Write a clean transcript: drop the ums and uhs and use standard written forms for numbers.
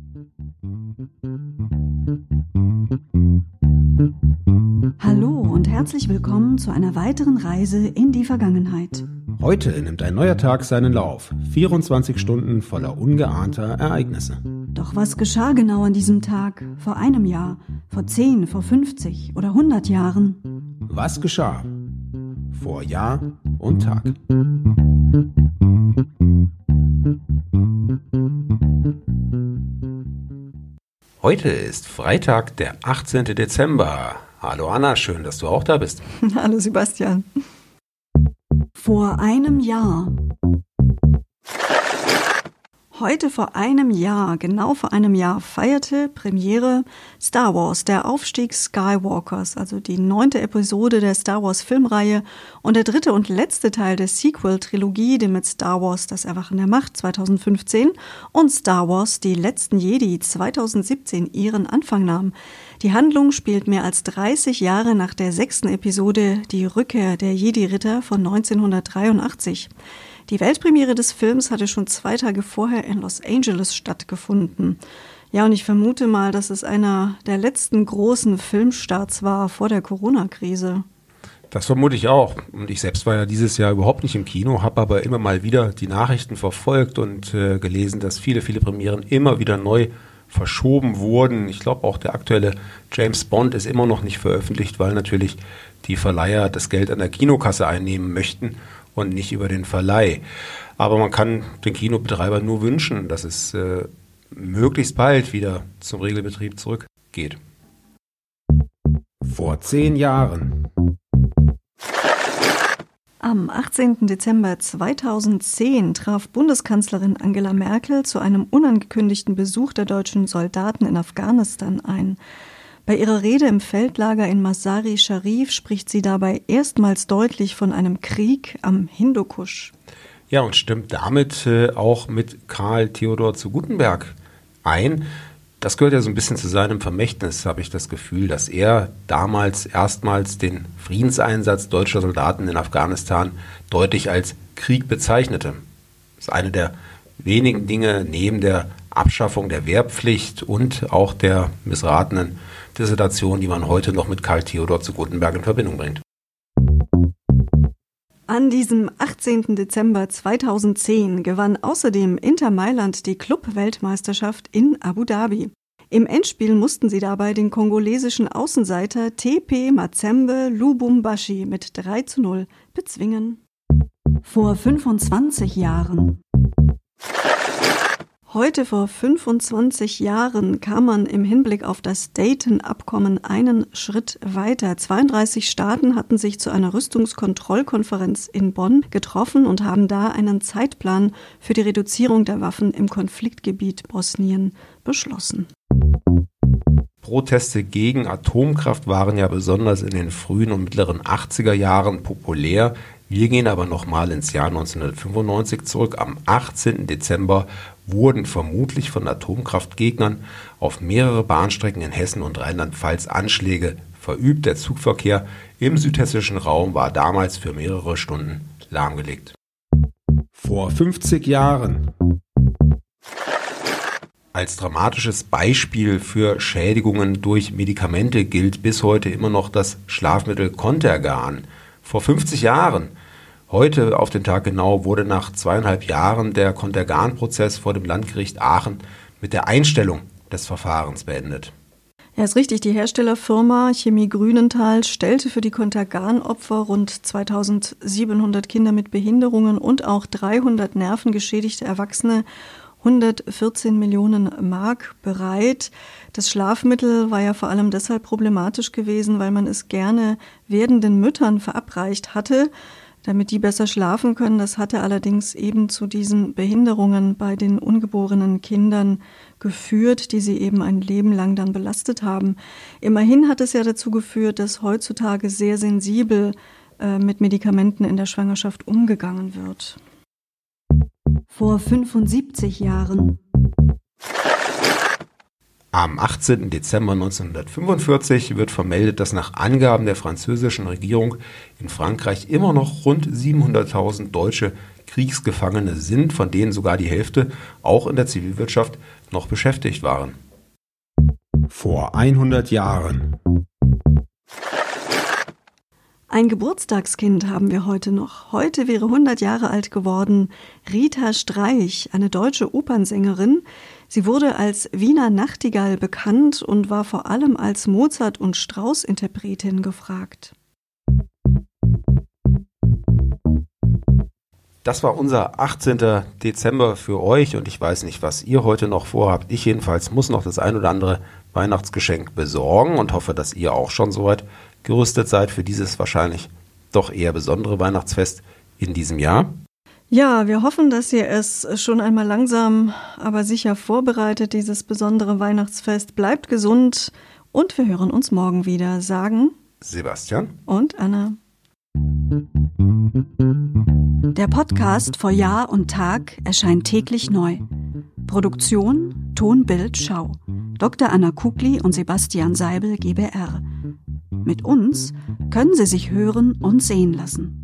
Hallo und herzlich willkommen zu einer weiteren Reise in die Vergangenheit. Heute nimmt ein neuer Tag seinen Lauf. 24 Stunden voller ungeahnter Ereignisse. Doch was geschah genau an diesem Tag? Vor einem Jahr, vor 10, vor 50 oder 100 Jahren? Was geschah? Vor Jahr und Tag. Heute ist Freitag, der 18. Dezember. Hallo Anna, schön, dass du auch da bist. Hallo Sebastian. Vor einem Jahr. Heute vor einem Jahr, genau vor einem Jahr, feierte Premiere Star Wars, der Aufstieg Skywalkers, also die 9. Episode der Star Wars Filmreihe und der 3. und letzte Teil der Sequel-Trilogie, die mit Star Wars Das Erwachen der Macht 2015 und Star Wars Die letzten Jedi 2017 ihren Anfang nahm. Die Handlung spielt mehr als 30 Jahre nach der 6. Episode Die Rückkehr der Jedi-Ritter von 1983. Die Weltpremiere des Films hatte schon 2 Tage vorher in Los Angeles stattgefunden. Ja, und ich vermute mal, dass es einer der letzten großen Filmstarts war vor der Corona-Krise. Das vermute ich auch. Und ich selbst war ja dieses Jahr überhaupt nicht im Kino, habe aber immer mal wieder die Nachrichten verfolgt und gelesen, dass viele Premieren immer wieder neu verschoben wurden. Ich glaube auch der aktuelle James Bond ist immer noch nicht veröffentlicht, weil natürlich die Verleiher das Geld an der Kinokasse einnehmen möchten und nicht über den Verleih. Aber man kann den Kinobetreibern nur wünschen, dass es möglichst bald wieder zum Regelbetrieb zurückgeht. Vor 10 Jahren. Am 18. Dezember 2010 traf Bundeskanzlerin Angela Merkel zu einem unangekündigten Besuch der deutschen Soldaten in Afghanistan ein. Bei ihrer Rede im Feldlager in Mazar-i Sharif spricht sie dabei erstmals deutlich von einem Krieg am Hindukusch. Ja, und stimmt damit auch mit Karl Theodor zu Guttenberg ein. Das gehört ja so ein bisschen zu seinem Vermächtnis, habe ich das Gefühl, dass er damals erstmals den Friedenseinsatz deutscher Soldaten in Afghanistan deutlich als Krieg bezeichnete. Das ist eine der wenigen Dinge neben der Abschaffung der Wehrpflicht und auch der missratenen Dissertation, die man heute noch mit Karl Theodor zu Guttenberg in Verbindung bringt. An diesem 18. Dezember 2010 gewann außerdem Inter Mailand die Club-Weltmeisterschaft in Abu Dhabi. Im Endspiel mussten sie dabei den kongolesischen Außenseiter TP Mazembe Lubumbashi mit 3:0 bezwingen. Vor 25 Jahren. Heute vor 25 Jahren kam man im Hinblick auf das Dayton-Abkommen einen Schritt weiter. 32 Staaten hatten sich zu einer Rüstungskontrollkonferenz in Bonn getroffen und haben da einen Zeitplan für die Reduzierung der Waffen im Konfliktgebiet Bosnien beschlossen. Proteste gegen Atomkraft waren ja besonders in den frühen und mittleren 80er Jahren populär. Wir gehen aber nochmal ins Jahr 1995 zurück. Am 18. Dezember wurden vermutlich von Atomkraftgegnern auf mehrere Bahnstrecken in Hessen und Rheinland-Pfalz Anschläge verübt. Der Zugverkehr im südhessischen Raum war damals für mehrere Stunden lahmgelegt. Vor 50 Jahren. Als dramatisches Beispiel für Schädigungen durch Medikamente gilt bis heute immer noch das Schlafmittel Contergan. Vor 50 Jahren, heute auf den Tag genau, wurde nach 2,5 Jahren der Contergan-Prozess vor dem Landgericht Aachen mit der Einstellung des Verfahrens beendet. Ja, ist richtig. Die Herstellerfirma Chemie Grünenthal stellte für die Contergan-Opfer rund 2700 Kinder mit Behinderungen und auch 300 nervengeschädigte Erwachsene 114 Millionen Mark bereit. Das Schlafmittel war ja vor allem deshalb problematisch gewesen, weil man es gerne werdenden Müttern verabreicht hatte, damit die besser schlafen können. Das hatte allerdings eben zu diesen Behinderungen bei den ungeborenen Kindern geführt, die sie eben ein Leben lang dann belastet haben. Immerhin hat es ja dazu geführt, dass heutzutage sehr sensibel mit Medikamenten in der Schwangerschaft umgegangen wird. Vor 75 Jahren. Am 18. Dezember 1945 wird vermeldet, dass nach Angaben der französischen Regierung in Frankreich immer noch rund 700.000 deutsche Kriegsgefangene sind, von denen sogar die Hälfte auch in der Zivilwirtschaft noch beschäftigt waren. Vor 100 Jahren. Ein Geburtstagskind haben wir heute noch. Heute wäre 100 Jahre alt geworden Rita Streich, eine deutsche Opernsängerin. Sie wurde als Wiener Nachtigall bekannt und war vor allem als Mozart- und Strauss-Interpretin gefragt. Das war unser 18. Dezember für euch und ich weiß nicht, was ihr heute noch vorhabt. Ich jedenfalls muss noch das ein oder andere Weihnachtsgeschenk besorgen und hoffe, dass ihr auch schon soweit gerüstet seid für dieses wahrscheinlich doch eher besondere Weihnachtsfest in diesem Jahr. Ja, wir hoffen, dass ihr es schon einmal langsam, aber sicher vorbereitet, dieses besondere Weihnachtsfest. Bleibt gesund und wir hören uns morgen wieder, sagen Sebastian und Anna. Der Podcast vor Jahr und Tag erscheint täglich neu. Produktion Ton, Bild, Schau. Dr. Anna Kugli und Sebastian Seibel, GBR. Mit uns können Sie sich hören und sehen lassen.